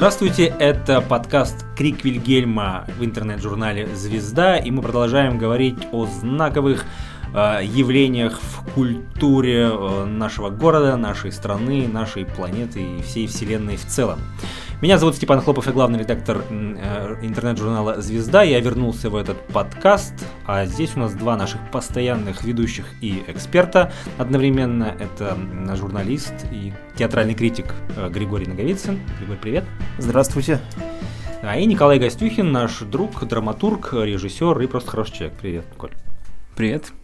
Здравствуйте, это подкаст «Крик Вильгельма» в интернет-журнале «Звезда», и мы продолжаем говорить о знаковых явлениях в культуре нашего города, нашей страны, нашей планеты и всей вселенной в целом. Меня зовут Степан Хлопов, я главный редактор интернет-журнала «Звезда». Я вернулся в этот подкаст, а здесь у нас два наших постоянных ведущих и эксперта. Одновременно это наш журналист и театральный критик Григорий Наговицын. Григорий, привет. Здравствуйте. И Николай Гостюхин, наш друг, драматург, режиссер и просто хороший человек. Привет, Коль. Привет.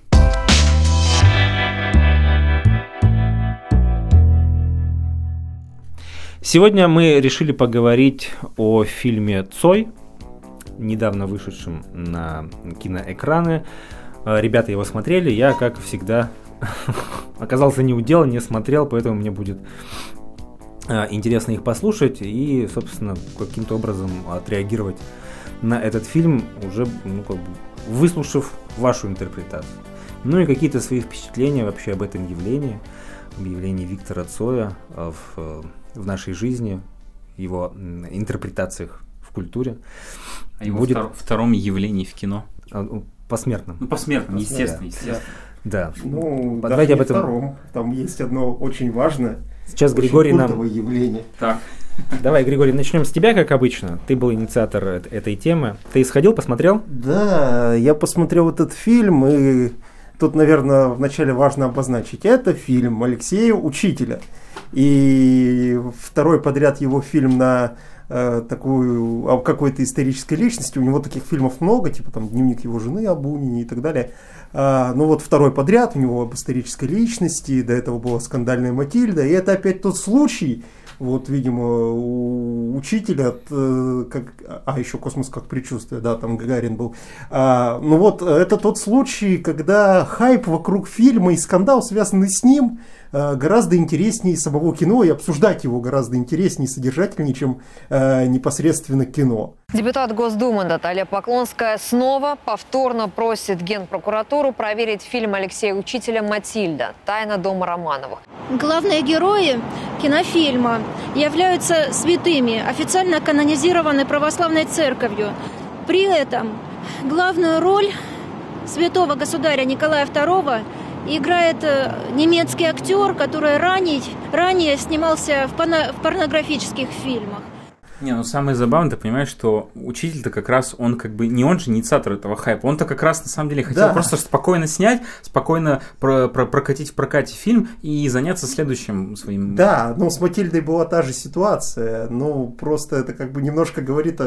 Сегодня мы решили поговорить о фильме «Цой», недавно вышедшем на киноэкраны. Ребята его смотрели, я, как всегда, оказался не у дела, не смотрел, поэтому мне будет интересно их послушать и, собственно, каким-то образом отреагировать на этот фильм, уже выслушав вашу интерпретацию. Ну и какие-то свои впечатления вообще об этом явлении, об явлении Виктора Цоя в нашей жизни, его интерпретациях в культуре. О его втором явлении в кино. Посмертном. Посмертном, естественно. Да. Давайте об этом. Втором. Там есть одно очень важное. Сейчас Григорий нам. Явление. Так. Давай, Григорий, начнем с тебя, как обычно. Ты был инициатор этой темы. Ты сходил, посмотрел? Да, я посмотрел этот фильм, и тут, наверное, вначале важно обозначить. Это фильм Алексея Учителя. И второй подряд его фильм на такую какой-то исторической личности. У него таких фильмов много, типа там «Дневник его жены» о Бунине и так далее. Ну вот второй подряд у него об исторической личности, до этого была «Скандальная Матильда». И это опять тот случай, вот, видимо, у Учителя, еще «Космос как предчувствие», да, там Гагарин был. Ну вот, это тот случай, когда хайп вокруг фильма и скандал, связанный с ним, гораздо интереснее самого кино, и обсуждать его гораздо интереснее и содержательнее, чем непосредственно кино. Депутат Госдумы Наталья Поклонская снова повторно просит Генпрокуратуру проверить фильм Алексея Учителя «Матильда. Тайна дома Романовых». Главные герои кинофильма являются святыми, официально канонизированы православной церковью. При этом главную роль святого государя Николая II играет немецкий актер, который ранее снимался в порнографических фильмах. Самое забавное, ты понимаешь, что Учитель-то как раз, он не он же инициатор этого хайпа, он-то как раз на самом деле хотел просто спокойно снять, спокойно прокатить в прокате фильм и заняться следующим своим... Да, с Матильдой была та же ситуация, просто это немножко говорит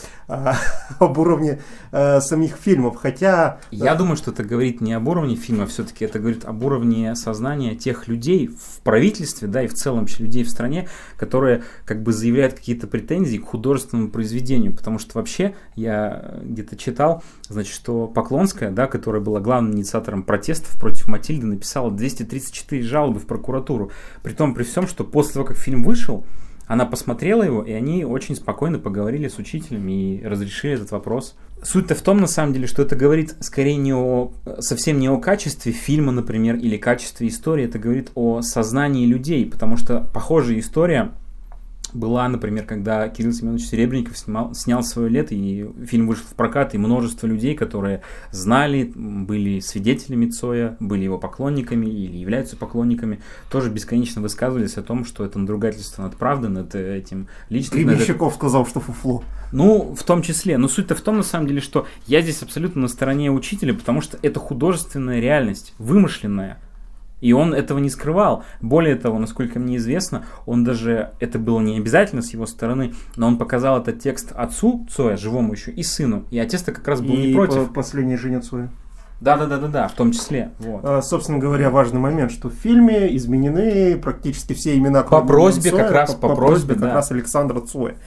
об уровне самих фильмов, хотя... Я думаю, что это говорит не об уровне фильма, все-таки это говорит об уровне сознания тех людей в правительстве, да, и в целом людей в стране, которые заявляют какие-то претензии к художественному произведению, потому что вообще я где-то читал, что Поклонская, да, которая была главным инициатором протестов против Матильды, написала 234 жалобы в прокуратуру, при всем, что после того, как фильм вышел, она посмотрела его, и они очень спокойно поговорили с Учителем и разрешили этот вопрос. Суть-то в том, на самом деле, что это говорит скорее совсем не о качестве фильма, например, или качестве истории, это говорит о сознании людей, потому что похожая история была, например, когда Кирилл Семенович Серебренников снял «Свое лето», и фильм вышел в прокат, и множество людей, которые знали, были свидетелями Цоя, были его поклонниками или являются поклонниками, тоже бесконечно высказывались о том, что это надругательство над правдой, над этим личным... Гребенщиков сказал, что фуфло. В том числе. Но суть-то в том, на самом деле, что я здесь абсолютно на стороне Учителя, потому что это художественная реальность, вымышленная. И он этого не скрывал. Более того, насколько мне известно, он даже, это было не обязательно с его стороны, но он показал этот текст отцу Цоя, живому еще, и сыну. И отец-то как раз был не против. И последней жене Цоя. Да, в том числе. Вот. Собственно говоря, важный момент, что в фильме изменены практически все имена. По просьбе Цоя, как раз Александра Цоя.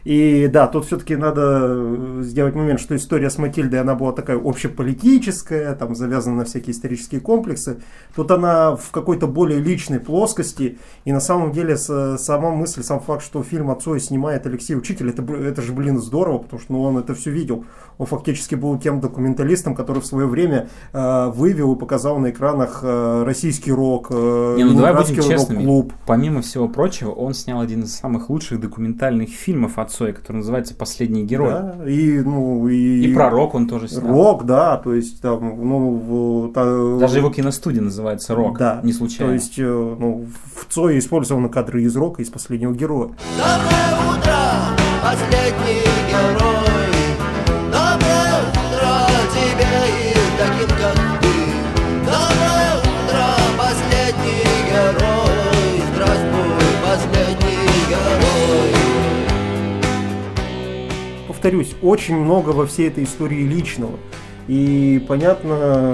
И да, тут все-таки надо сделать момент, что история с Матильдой, она была такая общеполитическая, там завязана на всякие исторические комплексы. Тут она в какой-то более личной плоскости. И на самом деле сама мысль, сам факт, что фильм о Цое снимает Алексей Учитель, это же, блин, здорово, потому что он это все видел. Он фактически был тем документалистом, который в свое время вывел и показал на экранах российский рок, давай будем честными. Рок-клуб. Помимо всего прочего, он снял один из самых лучших документальных фильмов о Цое, который называется «Последний герой». Да, и про рок он тоже снял. Рок, да, то есть там, даже его киностудия называется «Рок», да, не случайно. То есть в Цое использованы кадры из «Рока», из «Последнего героя». Доброе утро, последний герой. Доброе утро тебе и таким, как ты. Доброе утро, последний герой. Здравствуй, последний герой. Повторюсь, очень много во всей этой истории личного. И понятно,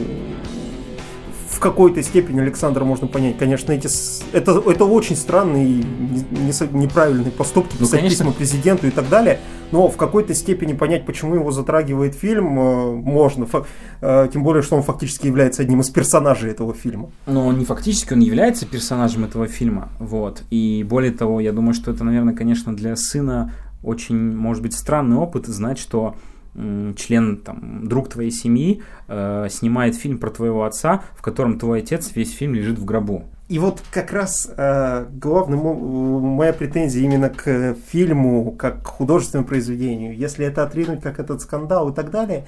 в какой-то степени Александра можно понять. Конечно, это очень странные и неправильные поступки, писать письма президенту и так далее. Но в какой-то степени понять, почему его затрагивает фильм, можно. Тем более, что он фактически является одним из персонажей этого фильма. Но он не фактически, он является персонажем этого фильма. Вот. И более того, я думаю, что это, наверное, конечно, для сына очень, может быть, странный опыт знать, что член, друг твоей семьи снимает фильм про твоего отца, в котором твой отец весь фильм лежит в гробу. И вот как раз главная моя претензия именно к фильму, как к художественному произведению, если это отринуть как этот скандал и так далее,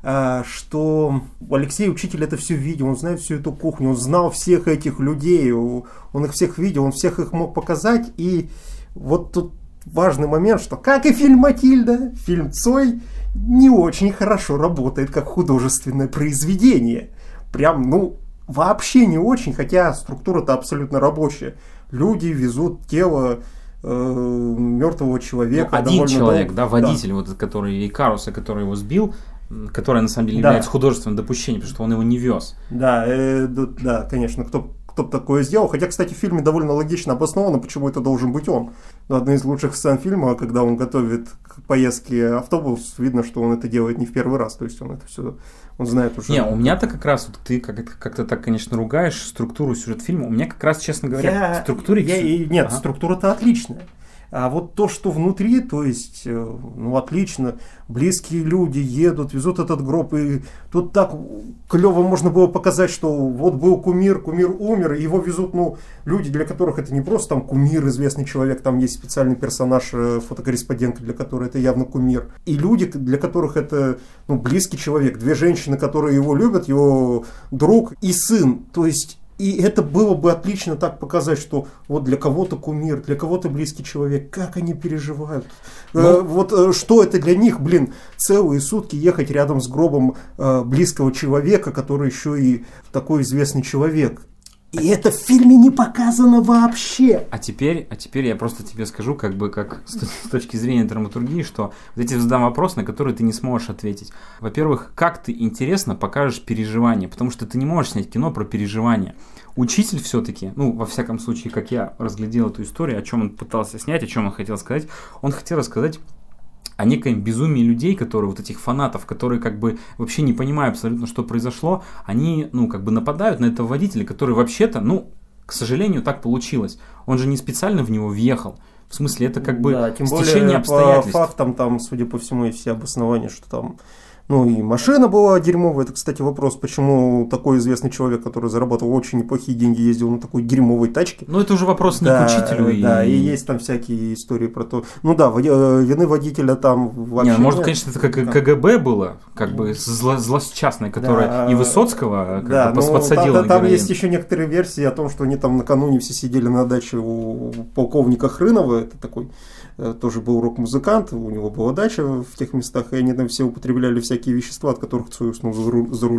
что Алексей Учитель это все видел, он знает всю эту кухню, он знал всех этих людей, он их всех видел, он всех их мог показать, и вот тут важный момент, что, как и фильм «Матильда», фильм «Цой» не очень хорошо работает как художественное произведение. Прям, вообще не очень, хотя структура-то абсолютно рабочая. Люди везут тело мертвого человека. Один человек, водитель, да. Который Икаруса, который его сбил, который на самом деле является художественным допущением, потому что он его не вез. Да, конечно, кто-то такое сделал. Хотя, кстати, в фильме довольно логично обосновано, почему это должен быть он. Одна из лучших сцен фильма, когда он готовит к поездке автобус, видно, что он это делает не в первый раз. То есть он это все, он знает уже. Не, у меня-то как раз, ты как-то так, конечно, ругаешь структуру сюжет фильма. У меня как раз, честно говоря, в структуре... Нет, структура-то отличная. А вот то, что внутри, то есть, отлично, близкие люди едут, везут этот гроб, и тут так клево можно было показать, что вот был кумир умер, и его везут, люди, для которых это не просто там кумир, известный человек, там есть специальный персонаж, фотокорреспондент, для которого это явно кумир, и люди, для которых это, близкий человек, две женщины, которые его любят, его друг и сын, то есть. И это было бы отлично так показать, что вот для кого-то кумир, для кого-то близкий человек, как они переживают. Что это для них, целые сутки ехать рядом с гробом близкого человека, который еще и такой известный человек. И это в фильме не показано вообще. А теперь я просто тебе скажу, как с точки зрения драматургии, что вот я тебе задам вопрос, на который ты не сможешь ответить. Во-первых, как ты интересно покажешь переживания, потому что ты не можешь снять кино про переживания. Учитель все-таки, во всяком случае, как я разглядел эту историю, о чем он пытался снять, о чем он хотел сказать, он хотел рассказать о некоем безумии людей, которые, вот этих фанатов, которые вообще не понимая абсолютно, что произошло, они, нападают на этого водителя, который вообще-то, к сожалению, так получилось. Он же не специально в него въехал. В смысле, это стечение обстоятельств. По фактам, там, судя по всему, есть все обоснования, что там... и машина была дерьмовая. Это, кстати, вопрос, почему такой известный человек, который зарабатывал очень неплохие деньги, ездил на такой дерьмовой тачке. Это уже вопрос не к учителю. Да, и есть там всякие истории про то... вины водителя там вообще может, нет. конечно, это как КГБ было, злосчастное, которое и Высоцкого подсадило на там героин. есть еще некоторые версии о том, что они там накануне все сидели на даче у полковника Хрынова. Это такой... тоже был рок-музыкант, у него была дача в тех местах, и они там все употребляли всякие вещества, от которых Цой уснул за рулем.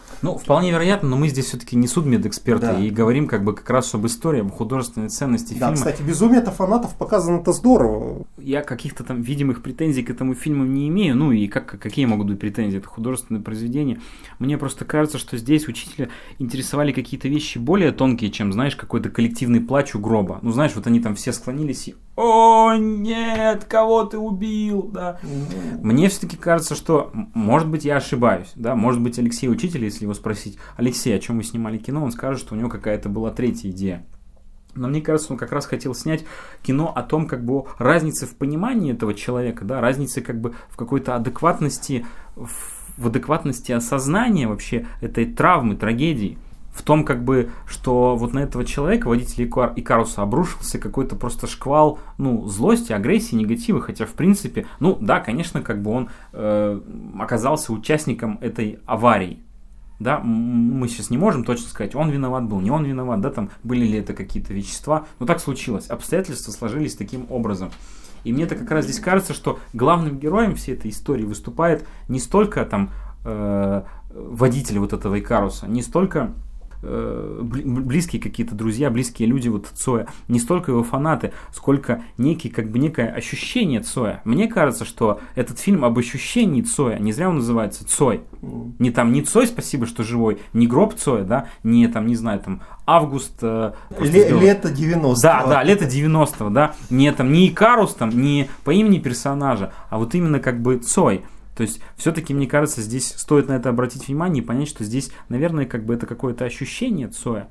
Ну, вполне вероятно, но мы здесь все-таки не судмедэксперты Да. и говорим как раз об истории, об художественной ценности Да, фильма. кстати, безумие-то фанатов показано-то здорово. Я каких-то там видимых претензий к этому фильму не имею, ну и какие могут быть претензии, это художественное произведение. Мне просто кажется, что здесь учителя интересовали какие-то вещи более тонкие, чем, знаешь, какой-то коллективный плач у гроба. Ну, знаешь, вот они там все склонились и «О, нет, кого ты убил?» Да. Мне все-таки кажется, что, может быть, я ошибаюсь, да, может быть, Алексей Учитель, если его спросить: Алексей, о чем вы снимали кино, он скажет, что у него какая-то была третья идея. Но мне кажется, он как раз хотел снять кино о том, как бы, разнице в понимании этого человека, да, разнице как бы в какой-то адекватности, в адекватности осознания вообще этой травмы, трагедии. В том, как бы, что вот на этого человека, водителя Икаруса, обрушился какой-то просто шквал, ну, злости, агрессии, негатива, хотя, в принципе, ну, да, конечно, как бы он оказался участником этой аварии. Да, мы сейчас не можем точно сказать, он виноват был, не он виноват, да, там, были ли это какие-то вещества, но так случилось, обстоятельства сложились таким образом. И мне-то как раз здесь кажется, что главным героем всей этой истории выступает не столько там водитель вот этого Икаруса, не столько близкие какие-то друзья, близкие люди вот Цоя, не столько его фанаты, сколько некое ощущение Цоя. Мне кажется, что этот фильм об ощущении Цоя, не зря он называется Цой. Не Цой, спасибо, что живой, не гроб Цоя, да, не там, не знаю, там август... Лето 90-го. Да, лето 90-го, да, не Икарус, там, не по имени персонажа, а вот именно как бы Цой. То есть, все-таки, мне кажется, здесь стоит на это обратить внимание и понять, что здесь, наверное, как бы это какое-то ощущение Цоя.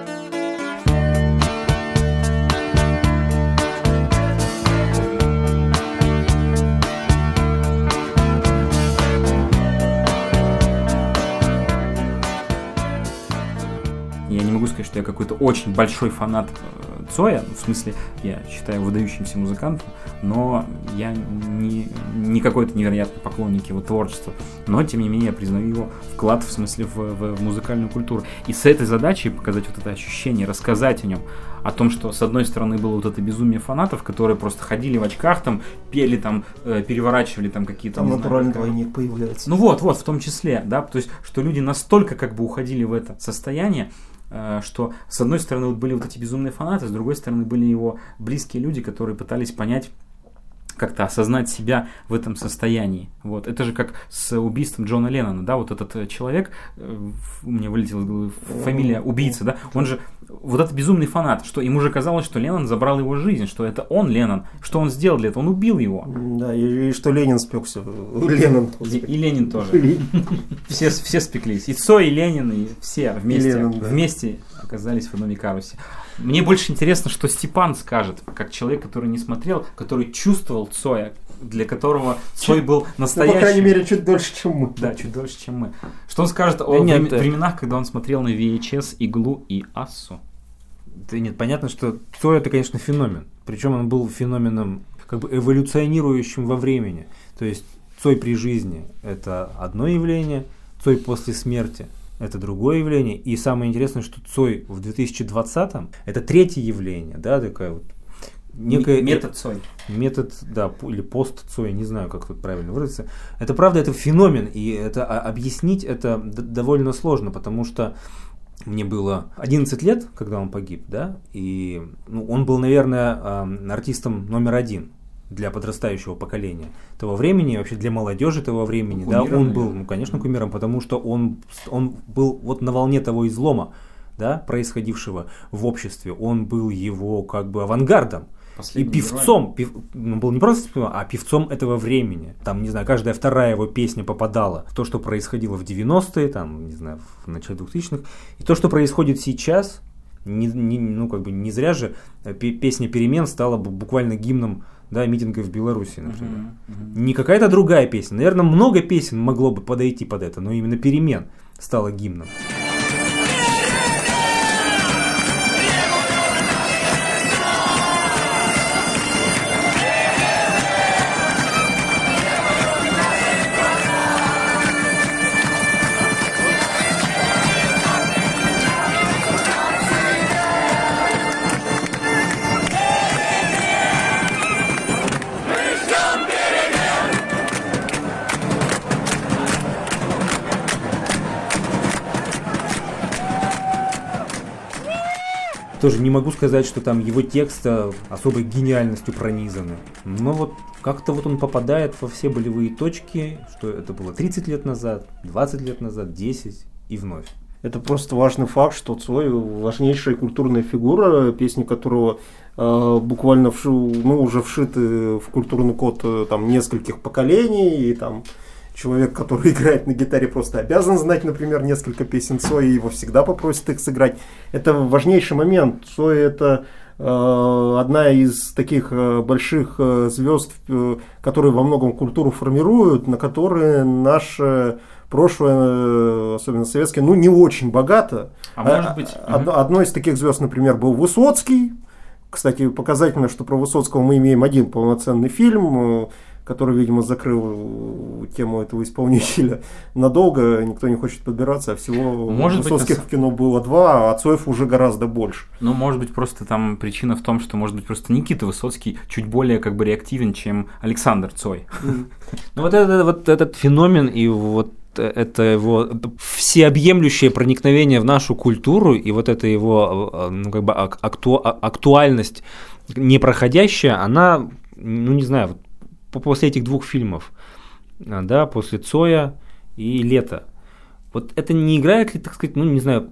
Я не могу сказать, что я какой-то очень большой фанат Цоя, в смысле, я считаю выдающимся музыкантом, но я не какой-то невероятный поклонник его творчества, но, тем не менее, я признаю его вклад, в смысле, в музыкальную культуру. И с этой задачей показать вот это ощущение, рассказать о нем, о том, что, с одной стороны, было вот это безумие фанатов, которые просто ходили в очках, там, пели, там, переворачивали там какие-то... Там натуральный двойник появляется. Ну вот, в том числе, да, то есть, что люди настолько как бы уходили в это состояние, что с одной стороны вот были вот эти безумные фанаты, с другой стороны были его близкие люди, которые пытались понять, как-то осознать себя в этом состоянии. Вот. Это же как с убийством Джона Леннона, да, вот этот человек, у меня вылетела фамилия убийца, да, он же вот этот безумный фанат, что ему же казалось, что Леннон забрал его жизнь, что это он, Леннон, что он сделал для этого, он убил его. Да, и что Ленин спекся. Ленин. И Ленин тоже. Все спеклись. И Цой, и Ленин, и все вместе оказались в одном Икарусе. Мне больше интересно, что Степан скажет, как человек, который не смотрел, который чувствовал Цоя, для которого Цой был настоящим. Ну, по крайней мере, чуть дольше, чем мы. Да, чуть дольше, чем мы. Что он скажет о временах, когда он смотрел на VHS, Иглу и Ассу? Да нет, понятно, что Цой это, конечно, феномен. Причем он был феноменом как бы эволюционирующим во времени. То есть Цой при жизни – это одно явление, Цой после смерти – это другое явление. И самое интересное, что Цой в 2020-м – это третье явление, да, такая вот некая... Метод Цой. Метод, да, или пост-Цой, не знаю, как тут правильно выразиться. Это правда, это феномен, и это объяснить это довольно сложно, потому что мне было 11 лет, когда он погиб, да, и он был, наверное, артистом номер один для подрастающего поколения того времени, вообще для молодежи того времени, кумиром, да, он был, конечно, кумиром, потому что он был вот на волне того излома, да, происходившего в обществе, он был его как бы авангардом. И певцом, он был не просто певцом, а певцом этого времени. Там, не знаю, каждая вторая его песня попадала в то, что происходило в 90-е, там, не знаю, в начале 2000-х. И то, что происходит сейчас, не зря же песня «Перемен» стала буквально гимном, да, митинга в Беларуси, например. Не какая-то другая песня. Наверное, много песен могло бы подойти под это, но именно «Перемен» стала гимном. тоже не могу сказать, что там его тексты особой гениальностью пронизаны. Но вот как-то вот он попадает во все болевые точки, что это было 30 лет назад, 20 лет назад, 10 и вновь. Это просто важный факт, что Цой важнейшая культурная фигура, песни которого буквально уже вшиты в культурный код там, нескольких поколений, и там человек, который играет на гитаре, просто обязан знать, например, несколько песен Цоя, и его всегда попросят их сыграть. Это важнейший момент. Цой — это одна из таких больших звезд, которые во многом культуру формируют, на которые наше прошлое, особенно советское, не очень богато. Может быть... Одной из таких звезд, например, был Высоцкий. Кстати, показательно, что про Высоцкого мы имеем один полноценный фильм, который, видимо, закрыл тему этого исполнителя надолго. Никто не хочет подбираться, а всего Высоцких в кино было 2, а Цоев уже гораздо больше. Ну, может быть, просто там причина в том, что, может быть, просто Никита Высоцкий чуть более как бы реактивен, чем Александр Цой. Ну, вот этот феномен и вот это его всеобъемлющее проникновение в нашу культуру и вот эта его как бы актуальность непроходящая, она, не знаю, после этих 2 фильмов, да, после Цоя и Лето, вот это не играет ли, так сказать, не знаю,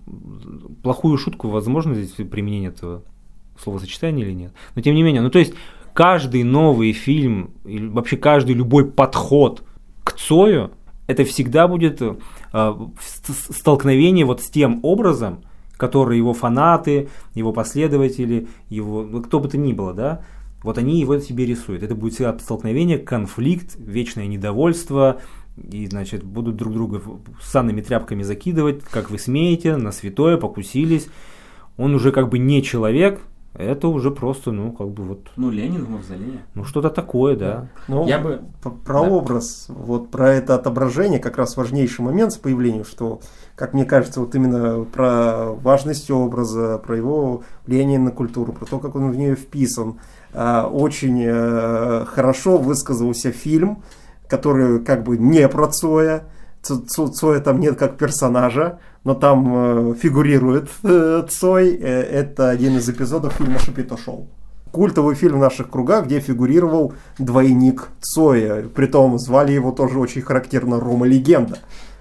плохую шутку, возможно здесь применение этого словосочетания или нет, но тем не менее, то есть каждый новый фильм, или вообще каждый любой подход к Цою, это всегда будет столкновение вот с тем образом, который его фанаты, его последователи, его, кто бы то ни было, да, вот они его себе рисуют. Это будет всегда столкновение, конфликт, вечное недовольство, и, значит, будут друг друга санными тряпками закидывать, как вы смеете, на святое покусились. Он уже как бы не человек, это уже просто, как бы вот... Ленин в мавзолее. Что-то такое, да. Я бы про образ, вот про это отображение, как раз важнейший момент с появлением, что, как мне кажется, вот именно про важность образа, про его влияние на культуру, про то, как он в нее вписан, очень хорошо высказался фильм, который как бы не про Цоя. Цоя там нет как персонажа, но там фигурирует Цой. Это один из эпизодов фильма «Шапито Шоу». Культовый фильм в наших кругах, где фигурировал двойник Цоя. Притом звали его тоже очень характерно Рома Легенда.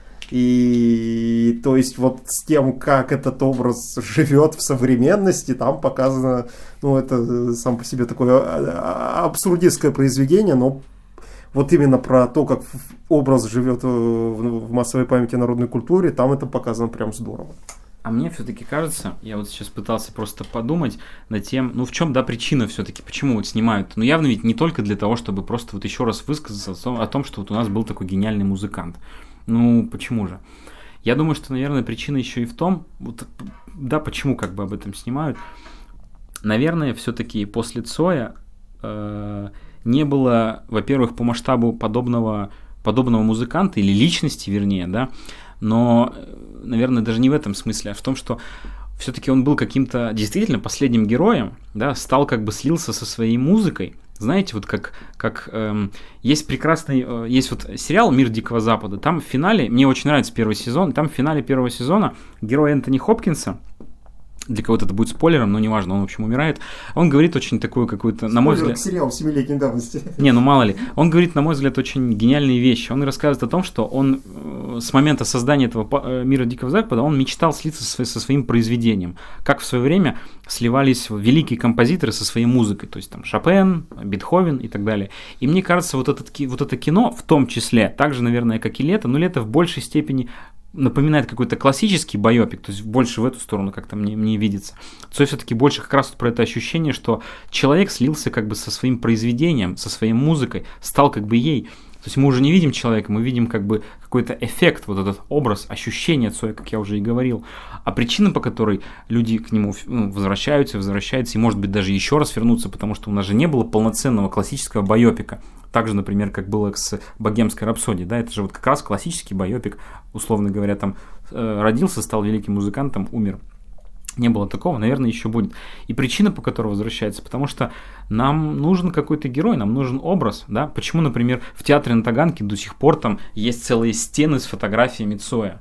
И то есть вот с тем, как этот образ живет в современности, там показано, это сам по себе такое абсурдистское произведение, но вот именно про то, как образ живет в массовой памяти народной культуре, там это показано прям здорово. А мне все-таки кажется, я вот сейчас пытался просто подумать над тем, в чем, причина все-таки, почему вот снимают. Явно ведь не только для того, чтобы просто вот еще раз высказаться о том, что вот у нас был такой гениальный музыкант. Почему же? Я думаю, что, наверное, причина еще и в том, почему как бы об этом снимают. Наверное, все-таки после Цоя не было, во-первых, по масштабу подобного музыканта или личности, вернее, да, но, наверное, даже не в этом смысле, а в том, что все-таки он был каким-то действительно последним героем, да, стал как бы слился со своей музыкой. Знаете, вот как есть прекрасный, есть вот сериал «Мир Дикого Запада», там в финале, мне очень нравится первый сезон, там в финале первого сезона герой Энтони Хопкинса, для кого-то это будет спойлером, но неважно, он, в общем, умирает. Он говорит очень такую какую-то, на мой взгляд... Сериал 7-летней давности. Мало ли. Он говорит, на мой взгляд, очень гениальные вещи. Он рассказывает о том, что он с момента создания этого «Мира Дикого Запада» он мечтал слиться со своим произведением. Как в свое время сливались великие композиторы со своей музыкой. То есть там Шопен, Бетховен и так далее. И мне кажется, вот это кино, в том числе, так же, наверное, как и «Лето», но «Лето» в большей степени напоминает какой-то классический байопик, то есть больше в эту сторону как-то мне видится. Цой все-таки больше как раз про это ощущение, что человек слился как бы со своим произведением, со своей музыкой, стал как бы ей. То есть мы уже не видим человека, мы видим как бы какой-то эффект, вот этот образ, ощущение Цоя, как я уже и говорил. А причина, по которой люди к нему возвращаются, и, может быть, даже еще раз вернутся, потому что у нас же не было полноценного классического байопика. Так же, например, как было с «Богемской рапсодией», да, это же вот как раз классический байопик, условно говоря, там родился, стал великим музыкантом, умер. Не было такого, наверное, еще будет. И причина, по которой возвращается, потому что нам нужен какой-то герой, нам нужен образ, да. Почему, например, в театре на Таганке до сих пор там есть целые стены с фотографиями Цоя?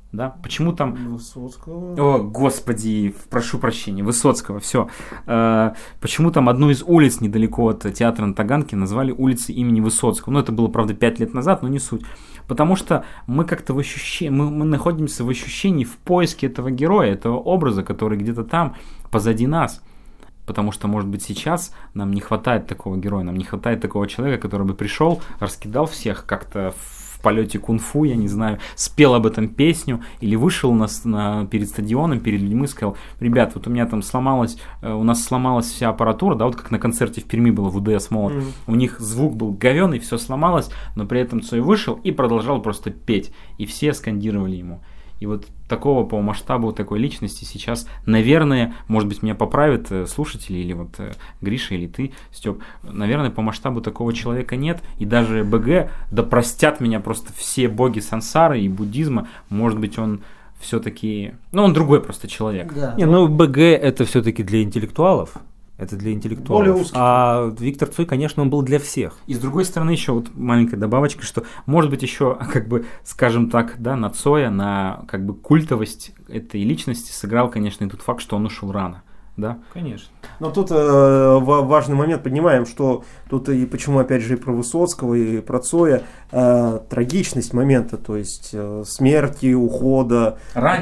Да? Почему там... Высоцкого. О, господи, прошу прощения, Высоцкого, все. Почему там одну из улиц недалеко от театра на Таганке назвали улицей имени Высоцкого? Ну, это было, правда, 5 лет назад, но не суть. Потому что мы как-то в ощущении, мы находимся в ощущении, в поиске этого героя, этого образа, который где-то там, позади нас. Потому что, может быть, сейчас нам не хватает такого героя, нам не хватает такого человека, который бы пришел, раскидал всех как-то в полете кунг-фу, я не знаю, спел об этом песню или вышел перед стадионом, перед людьми и сказал: ребят, вот у меня там у нас сломалась вся аппаратура, да, вот как на концерте в Перми было в УДС Молот, у них звук был говёный, все сломалось, но при этом Цой вышел и продолжал просто петь, и все скандировали ему. И вот такого по масштабу такой личности сейчас, наверное, может быть, меня поправят слушатели, или вот Гриша, или ты, Степ, наверное, по масштабу такого человека нет, и даже БГ, да простят меня просто все боги сансары и буддизма, может быть, он все-таки, он другой просто человек. Да. Не, БГ это все-таки для интеллектуалов. Это для интеллектуалов. Более узкий. А Виктор Цой, конечно, он был для всех. И с другой стороны еще вот маленькая добавочка, что может быть еще, как бы, скажем так, да, на Цоя, на как бы культовость этой личности сыграл, конечно, и тот факт, что он ушел рано. Да? Конечно. Но тут важный момент, понимаем, что тут и почему, опять же, и про Высоцкого, и про Цоя, трагичность момента, то есть смерти, ухода,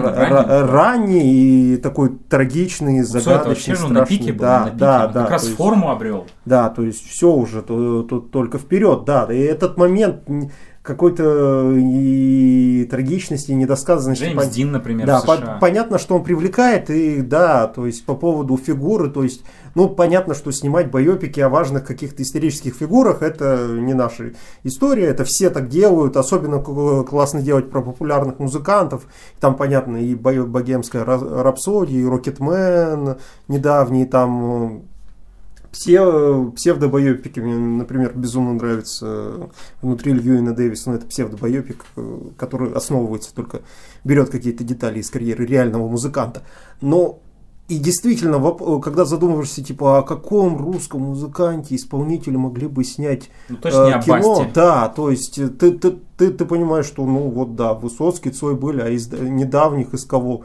ранний и такой трагичный, загадочный, страшный. На пике был, да, как раз есть, форму обрел. Да, то есть все уже, тут только вперед, да, и этот момент какой-то и трагичности, и недосказанности. Джеймс Дин, например, да, в США. Понятно, что он привлекает, и да, то есть по поводу фигуры, то есть, понятно, что снимать байопики о важных каких-то исторических фигурах, это не наша история, это все так делают, особенно классно делать про популярных музыкантов, там, понятно, и богемская рапсодия, и Рокетмен недавний, там... Псевдобайопики, мне, например, безумно нравится «Внутри Льюина Дэвиса», это псевдобайопик, который основывается только, берет какие-то детали из карьеры реального музыканта. Но и действительно, когда задумываешься, типа, о каком русском музыканте, исполнителе могли бы снять точно не о кино, Басте. да, то есть ты понимаешь, что, Высоцкий, Цой были, а из недавних из кого?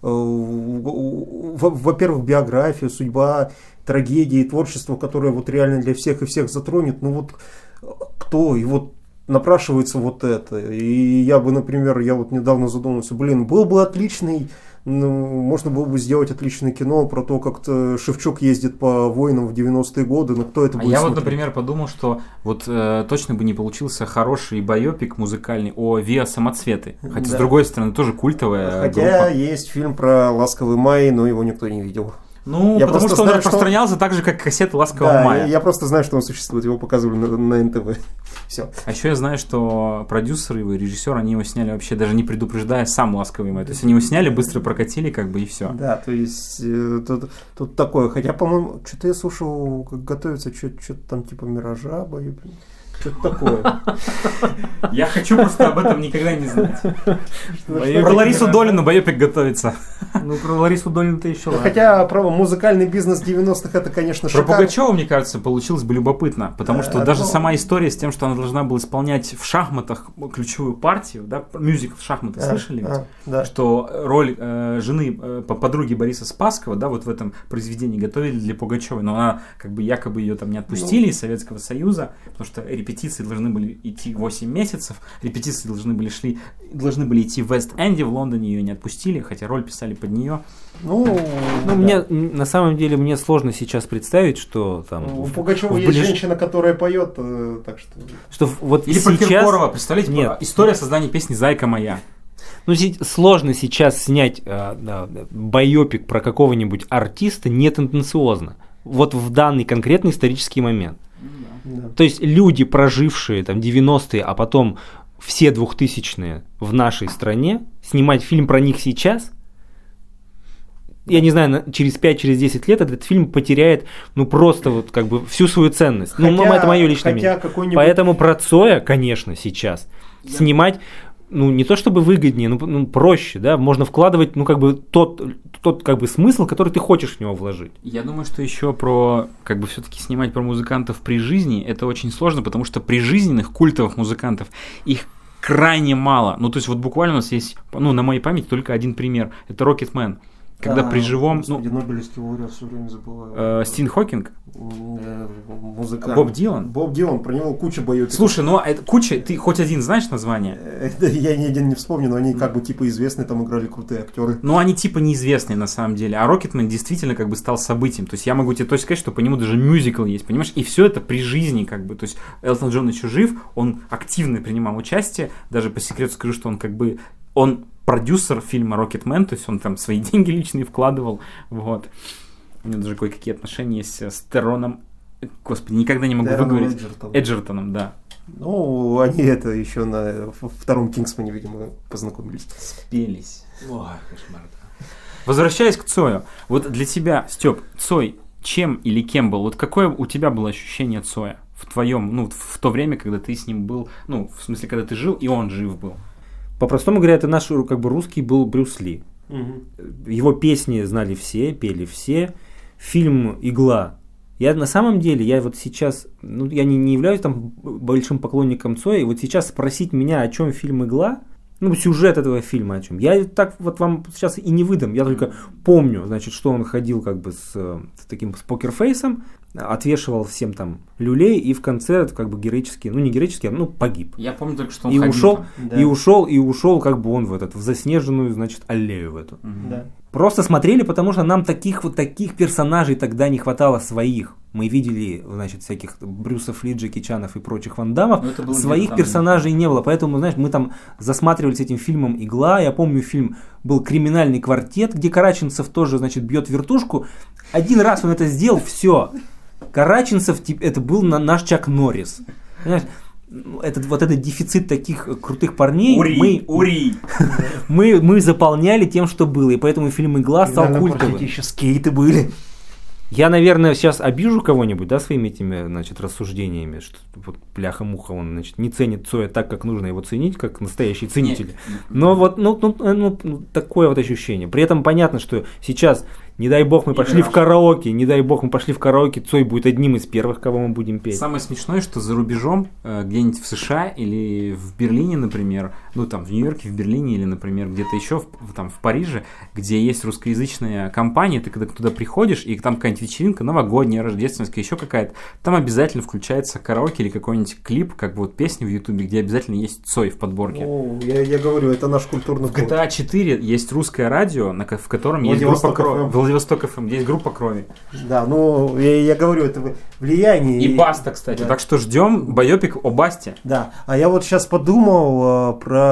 Во-первых, биография, судьба, трагедии, творчество, которое вот реально для всех и всех затронет, кто? И вот напрашивается вот это. И я бы, например, недавно задумался, был бы отличный, можно было бы сделать отличное кино про то, как Шевчук ездит по войнам в 90-е годы, но кто это будет я смотреть? например, подумал, что точно бы не получился хороший байопик музыкальный о Виа Самоцветы. Хотя, с другой стороны, тоже культовая Хотя группа. есть фильм про «Ласковый май», но его никто не видел. Я потому что он распространялся так же, как кассеты «Ласкового мая». Я просто знаю, что он существует, его показывали на НТВ. Все. А еще я знаю, что продюсеры его, режиссер, они его сняли вообще даже не предупреждая сам «Ласковый май». То есть они его сняли, быстро прокатили, и все. Да, то есть тут такое. Хотя, по-моему, что-то я слушал, как готовится, что-то там типа «Миража», что-то такое. Я хочу просто об этом никогда не знать. Про Ларису Долину байопик готовится. Про Ларису Долину-то еще ладно. Хотя про музыкальный бизнес 90-х это, конечно, Про шикарно. Пугачева, мне кажется, получилось бы любопытно, потому что даже сама история с тем, что она должна была исполнять в шахматах ключевую партию, да, мюзикл в шахматах, слышали ведь? Да. Что роль жены подруги Бориса Спасского, да, вот в этом произведении готовили для Пугачевой, но она якобы ее там не отпустили из Советского Союза, потому что репетиции должны были идти 8 месяцев, репетиции должны были идти в Вест-Энде, в Лондоне ее не отпустили, хотя роль писали под нее. Мне на самом деле мне сложно сейчас представить, что там у Пугачева есть женщина, которая поет, так что вот или сейчас... про Киркорова, представляете? Нет. История создания песни «Зайка моя». Сложно сейчас снять байопик про какого-нибудь артиста нетенденциозно. Вот в данный конкретный исторический момент. Да. То есть люди, прожившие там 90-е, а потом все 2000-е в нашей стране, снимать фильм про них сейчас, я не знаю, через 5-10 лет этот фильм потеряет просто всю свою ценность. Это мое личное мнение. Поэтому про Цоя, конечно, сейчас снимать не то чтобы выгоднее, проще, да, можно вкладывать, тот смысл, который ты хочешь в него вложить. Я думаю, что еще про, все-таки снимать про музыкантов при жизни, это очень сложно, потому что прижизненных культовых музыкантов, их крайне мало. Ну, то есть, вот буквально у нас есть, ну, на моей памяти только один пример. Это Рокетмен. Когда при живом... Господи, Нобелевский лауреат все время забываю. Стивен Хокинг? Музыкант. Боб Дилан? Боб Дилан, про него куча боев. Слушай, ну это куча, ты хоть один знаешь название? Я ни один не вспомню, но они как бы типа известные, там играли крутые актеры. Ну, они типа неизвестные на самом деле. А Рокетмен действительно как бы стал событием. То есть я могу тебе точно сказать, что по нему даже мюзикл есть, понимаешь? И все это при жизни как бы. То есть Элтон Джон еще жив, он активно принимал участие. Даже по секрету скажу, что он как бы... Он продюсер фильма «Рокетмен», то есть он там свои деньги личные вкладывал, вот. У него даже кое-какие отношения есть с Тероном, господи, никогда не могу выговорить. Эджертоном, да. Ну, они это еще на втором «Кингсмане», видимо, познакомились. Спелись. Ой, кошмар, да. Возвращаясь к Цою, вот для тебя, Степ, Цой чем или кем был? Вот какое у тебя было ощущение Цоя в твоем, ну, в то время, когда ты с ним был, ну, в смысле, когда ты жил, и он жив был? По-простому говоря, это наш как бы русский был Брюс Ли. Его песни знали все, пели все. Фильм «Игла». Я на самом деле, я вот сейчас, ну, я не являюсь там большим поклонником Цоя, и вот сейчас спросить меня, о чем фильм «Игла», ну, сюжет этого фильма о чем, я так вот вам сейчас и не выдам, я только помню, значит, что он ходил как бы с таким с покерфейсом, отвешивал всем там люлей, и в конце как бы героически, ну не героически, ну погиб. Я помню только, что он и ходил ушел, там. Да. и ушел как бы он в заснеженную, значит, аллею в эту. Да. Просто смотрели, потому что нам таких персонажей тогда не хватало своих. Мы видели, значит, всяких Брюсов Ли, Джеки Чанов и прочих Ван Даммов. Своих персонажей не было. Поэтому, знаешь, мы там засматривались этим фильмом «Игла». Я помню, фильм был «Криминальный квартет», где Караченцев тоже, значит, бьет вертушку. Один раз он это сделал, все. Караченцев, это был наш Чак Норрис. Понимаешь? Этот дефицит таких крутых парней мы заполняли тем, что было, и поэтому фильм «Игла» стал культовым. Еще скейты были. Я, наверное, сейчас обижу кого-нибудь, да, своими этими, значит, рассуждениями, что вот бляха-муха, он, значит, не ценит Цоя так, как нужно его ценить, как настоящий ценитель. Но вот, такое вот ощущение. При этом понятно, что сейчас, не дай бог, мы пошли в караоке, Цой будет одним из первых, кого мы будем петь. Самое смешное, что за рубежом, где-нибудь в США или в Берлине, например, ну там в Нью-Йорке, в Берлине или, например, где-то еще там в Париже, где есть русскоязычная компания, ты когда туда приходишь, и там какая-нибудь вечеринка, новогодняя, рождественская, еще какая-то, там обязательно включается караоке или какой-нибудь клип, как вот песни в Ютубе, где обязательно есть Цой в подборке. Ну, я говорю, это наш культурный код. В GTA 4 есть русское радио, в котором есть группа крови. Владивосток ФМ, есть группа крови. Да, ну, я говорю, это влияние. И Баста, кстати. Да. Так что ждем байопик о Басте. Да, а я вот сейчас подумал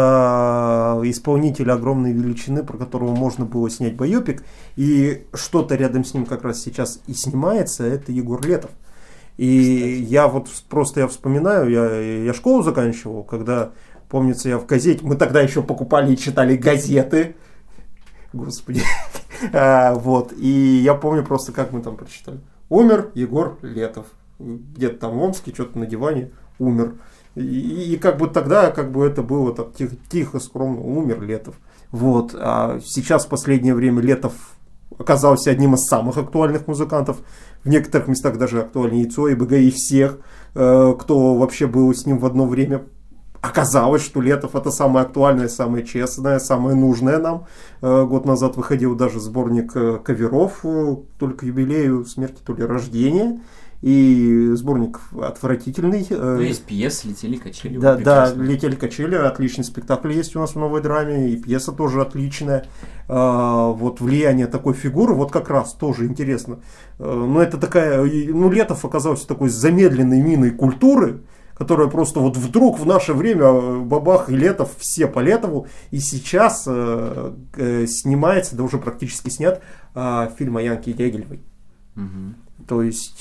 про исполнителя огромной величины, про которого можно было снять байопик, и что-то рядом с ним как раз сейчас и снимается, это Егор Летов. И кстати, я вот просто я вспоминаю, я школу заканчивал, когда, помнится, я в газете, мы тогда еще покупали и читали газеты. Господи. Вот. И я помню просто, как мы там прочитали. Умер Егор Летов. Где-то там в Омске, что-то на диване умер. И как бы тогда как бы это было так тихо, скромно. Умер Летов. Вот. А сейчас в последнее время Летов оказался одним из самых актуальных музыкантов. В некоторых местах даже актуальнее Цоя, БГ и всех, кто вообще был с ним в одно время. Оказалось, что Летов это самое актуальное, самое честное, самое нужное нам. Год назад выходил даже сборник каверов, то ли к юбилею смерти, то ли рождения. И сборник отвратительный. Ну, есть пьесы, летели качели. Да, летели качели, отличный спектакль есть у нас в новой драме, и пьеса тоже отличная. Вот влияние такой фигуры, вот как раз тоже интересно. Но это такая, ну, Летов оказался такой замедленной миной культуры, которая просто вот вдруг в наше время бабах и Летов все по Летову, и сейчас снимается, да уже практически снят, фильм о Янке Дягилевой. Угу. То есть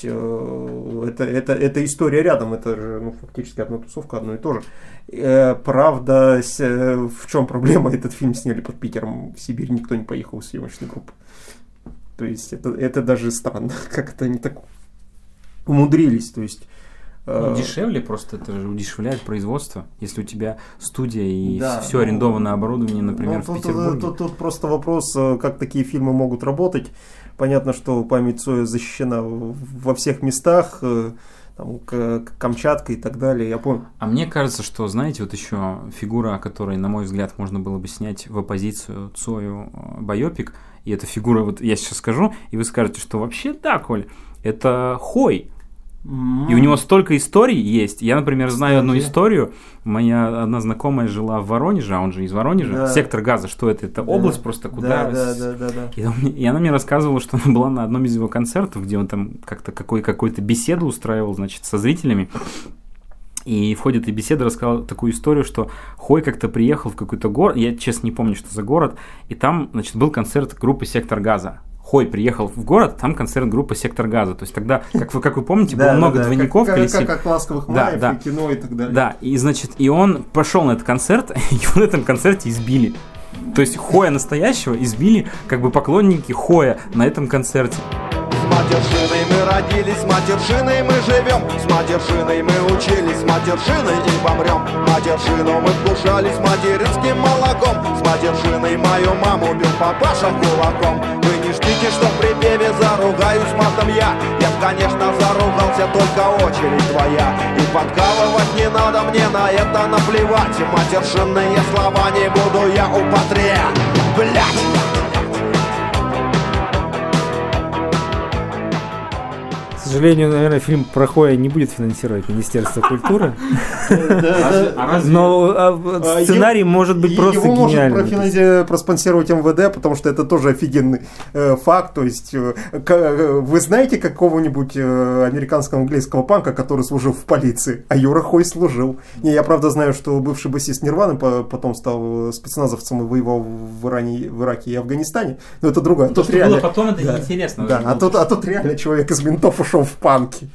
это история рядом, это же фактически одна тусовка, одно и то же. Правда, в чем проблема? Этот фильм сняли под Питером, в Сибирь никто не поехал из съемочной группы. То есть это даже странно, как это они так умудрились. То есть дешевле просто, это же удешевляет производство. Если у тебя студия и все арендованное оборудование, например, в Петербурге. Тут просто вопрос, как такие фильмы могут работать. Понятно, что память Цоя защищена во всех местах. там, Камчатка и так далее. Я помню. А мне кажется, что, знаете, вот еще фигура, о которой, на мой взгляд, можно было бы снять в оппозицию Цою байопик, и эта фигура, вот я сейчас скажу, и вы скажете, что вообще да, Коль, это Хой. И у него столько историй есть. Я, например, знаю одну историю. Моя одна знакомая жила в Воронеже, а он же из Воронежа. Да. Сектор Газа, что это? Это область просто, куда... Да. И она мне рассказывала, что она была на одном из его концертов, где он там как-то какую-то беседу устраивал, значит, со зрителями. И в ходе этой беседы рассказал такую историю, что Хой как-то приехал в какой-то город, я, честно, не помню, что за город, и там, значит, был концерт группы «Сектор Газа». Хой приехал в город, там концерт группы «Сектор Газа». То есть тогда, как вы помните, было много двойников. Как «Ласковых маев», и кино и так далее. Да, и, значит, и он пошел на этот концерт, и его на этом концерте избили. То есть Хоя настоящего избили как бы поклонники Хоя на этом концерте. С матершиной мы родились, с матершиной мы живем, с матершиной мы учились, с матершиной и помрем. Матершину мы вкушали с материнским молоком, с матершиной мою маму бил папаша кулаком. Вы не ждите, что в припеве заругаюсь матом я. Я б, конечно, заругался, только очередь твоя. И подкалывать не надо, мне на это наплевать. Матершинные слова не буду я употреблять. К сожалению, наверное, фильм про Хоя не будет финансировать Министерство культуры. Но сценарий может быть просто гениальный. Его может проспонсировать МВД, потому что это тоже офигенный факт. То есть, вы знаете какого-нибудь американского английского панка, который служил в полиции? А Юра Хой служил. Я, правда, знаю, что бывший басист Нирваны потом стал спецназовцем и воевал в Ираке и Афганистане. Но это другое. То, что было потом, это неинтересно. Да, а тут реально человек из ментов ушел в панки.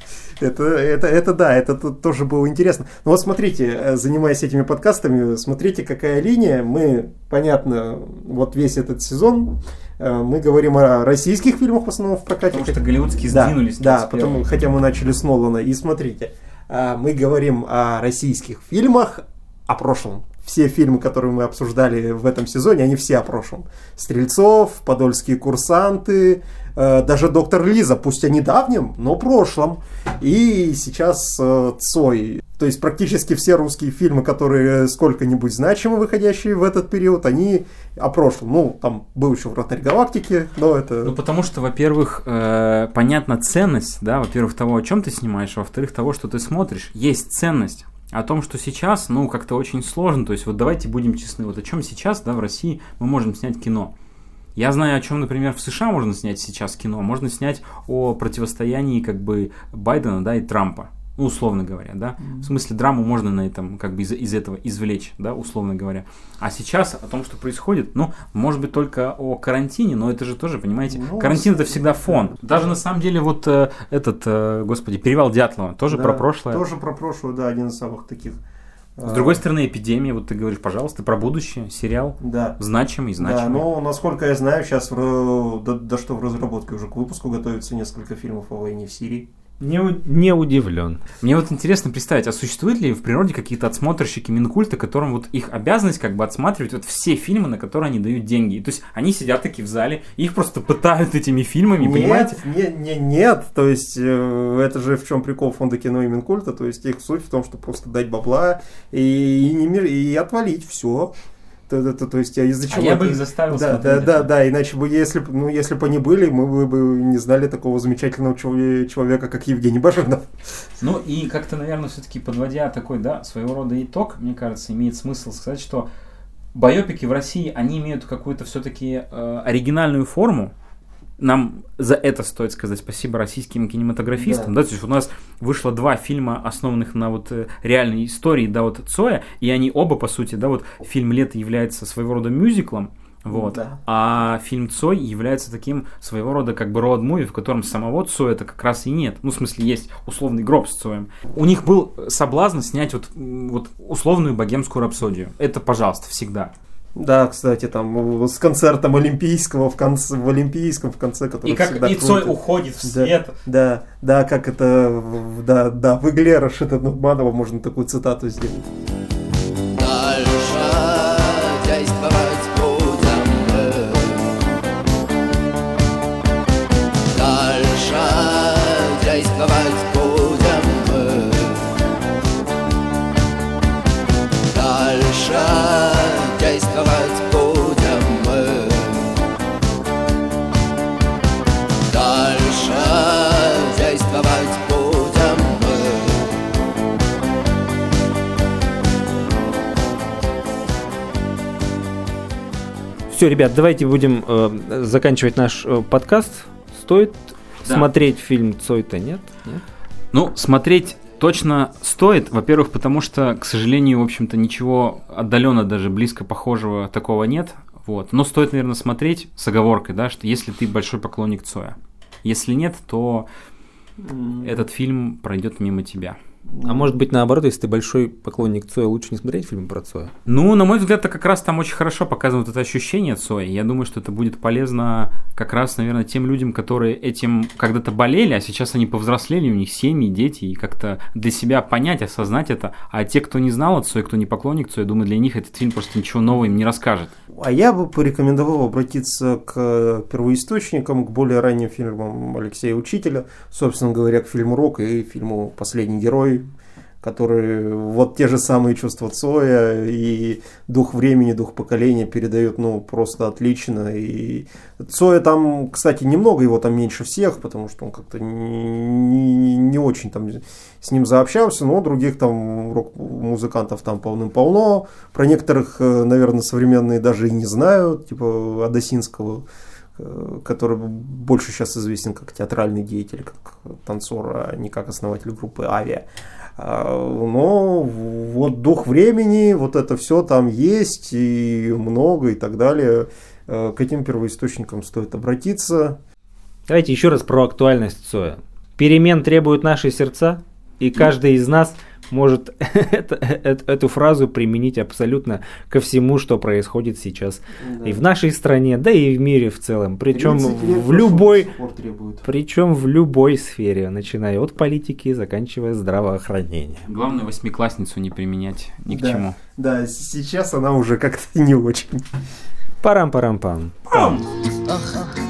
Это тоже было интересно. Но вот смотрите, занимаясь этими подкастами, смотрите, какая линия. Мы, понятно, вот весь этот сезон мы говорим о российских фильмах в основном в прокате. Потому что голливудские сдвинулись. Да, хотя мы начали с Нолана. И смотрите, мы говорим о российских фильмах, о прошлом. Все фильмы, которые мы обсуждали в этом сезоне, они все о прошлом. «Стрельцов», «Подольские курсанты», даже «Доктор Лиза», пусть о недавнем, но прошлом. И сейчас «Цой». То есть практически все русские фильмы, которые сколько-нибудь значимы, выходящие в этот период, они о прошлом. Ну, там был еще «Вратарь галактики», но это... Ну, потому что, во-первых, понятна ценность, да, во-первых, того, о чем ты снимаешь, а во-вторых, того, что ты смотришь. Есть ценность. О том, что сейчас, ну, как-то очень сложно. То есть, вот давайте будем честны. Вот о чем сейчас, да, в России мы можем снять кино. Я знаю, о чем, например, в США можно снять сейчас кино. Можно снять о противостоянии, как бы, Байдена, да, и Трампа. Ну, условно говоря, да. В смысле, драму можно на этом, как бы, из этого извлечь, да, условно говоря. А сейчас о том, что происходит, ну, может быть, только о карантине, но это же тоже, понимаете, карантин — это всегда фон. Даже, на самом деле, вот господи, «Перевал Дятлова» тоже про прошлое. Тоже про прошлое, да, один из самых таких. С другой стороны, «Эпидемия», вот ты говоришь, пожалуйста, про будущее, сериал, да. значимый. Да, но, насколько я знаю, сейчас в разработке уже к выпуску готовится несколько фильмов о войне в Сирии. Не удивлен. Мне вот интересно представить, а существуют ли в природе какие-то отсмотрщики Минкульта, которым вот их обязанность как бы отсматривать вот все фильмы, на которые они дают деньги. То есть они сидят такие в зале, их просто пытают этими фильмами, понимаете? Нет, то есть это же в чем прикол фонда кино и Минкульта, то есть их суть в том, что просто дать бабла и отвалить все. То есть, из-за чего? Я бы их заставил смотреть. Да, иначе бы, если бы они были, мы бы не знали такого замечательного человека, как Евгений Баженов. Ну и как-то, наверное, все-таки подводя такой, да, своего рода итог, мне кажется, имеет смысл сказать, что байопики в России, они имеют какую-то все-таки оригинальную форму. Нам за это стоит сказать спасибо российским кинематографистам. Да. То есть у нас вышло 2 фильма, основанных на вот реальной истории, да, вот Цоя, и они оба, по сути, да, вот фильм «Лето» является своего рода мюзиклом, вот, да. А фильм «Цой» является таким своего рода как бы роуд-муви, в котором самого Цоя-то как раз и нет. Ну, в смысле, есть условный гроб с Цоем. У них был соблазн снять вот условную богемскую рапсодию. Это, пожалуйста, всегда. Да, кстати, там с концертом Олимпийского в конце, который всегда и Цой уходит в свет. Да, как это, в игле Рашида Нурманова можно такую цитату сделать. Дальше действовать будем мы. Дальше действовать будем мы. Все, ребят, давайте будем заканчивать наш подкаст. Стоит смотреть фильм «Цой»-то, нет? Ну, смотреть точно стоит. Во-первых, потому что, к сожалению, в общем-то, ничего отдаленно даже близко похожего такого нет. Вот. Но стоит, наверное, смотреть с оговоркой, да, что если ты большой поклонник Цоя. Если нет, то этот фильм пройдет мимо тебя. А может быть, наоборот, если ты большой поклонник Цоя, лучше не смотреть фильм про Цоя? Ну, на мой взгляд, как раз там очень хорошо показывают это ощущение Цоя. Я думаю, что это будет полезно как раз, наверное, тем людям, которые этим когда-то болели, а сейчас они повзрослели, у них семьи, дети, и как-то для себя понять, осознать это. А те, кто не знал о Цое, кто не поклонник Цоя, думаю, для них этот фильм просто ничего нового им не расскажет. А я бы порекомендовал обратиться к первоисточникам, к более ранним фильмам Алексея Учителя, собственно говоря, к фильму «Рок» и фильму «Последний герой», которые вот те же самые чувства Цоя и дух времени, дух поколения передают, ну, просто отлично. И Цоя там, кстати, немного, его там меньше всех, потому что он как-то не очень там с ним заобщался, но других там рок-музыкантов там полным-полно. Про некоторых, наверное, современные даже и не знают, типа Адасинского, который больше сейчас известен как театральный деятель, как танцор, а не как основатель группы «Авиа». Но вот дух времени, вот это все там есть, и много, и так далее. К этим первоисточникам стоит обратиться. Давайте еще раз про актуальность Цоя. Перемен требуют наши сердца, и каждый из нас может эту фразу применить абсолютно ко всему, что происходит сейчас и в нашей стране, да и в мире в целом. Причем в любой сфере, начиная от политики, заканчивая здравоохранением. Главное, восьмиклассницу не применять ни к чему. Да, сейчас она уже как-то не очень. Парам-парам-пам. Ага.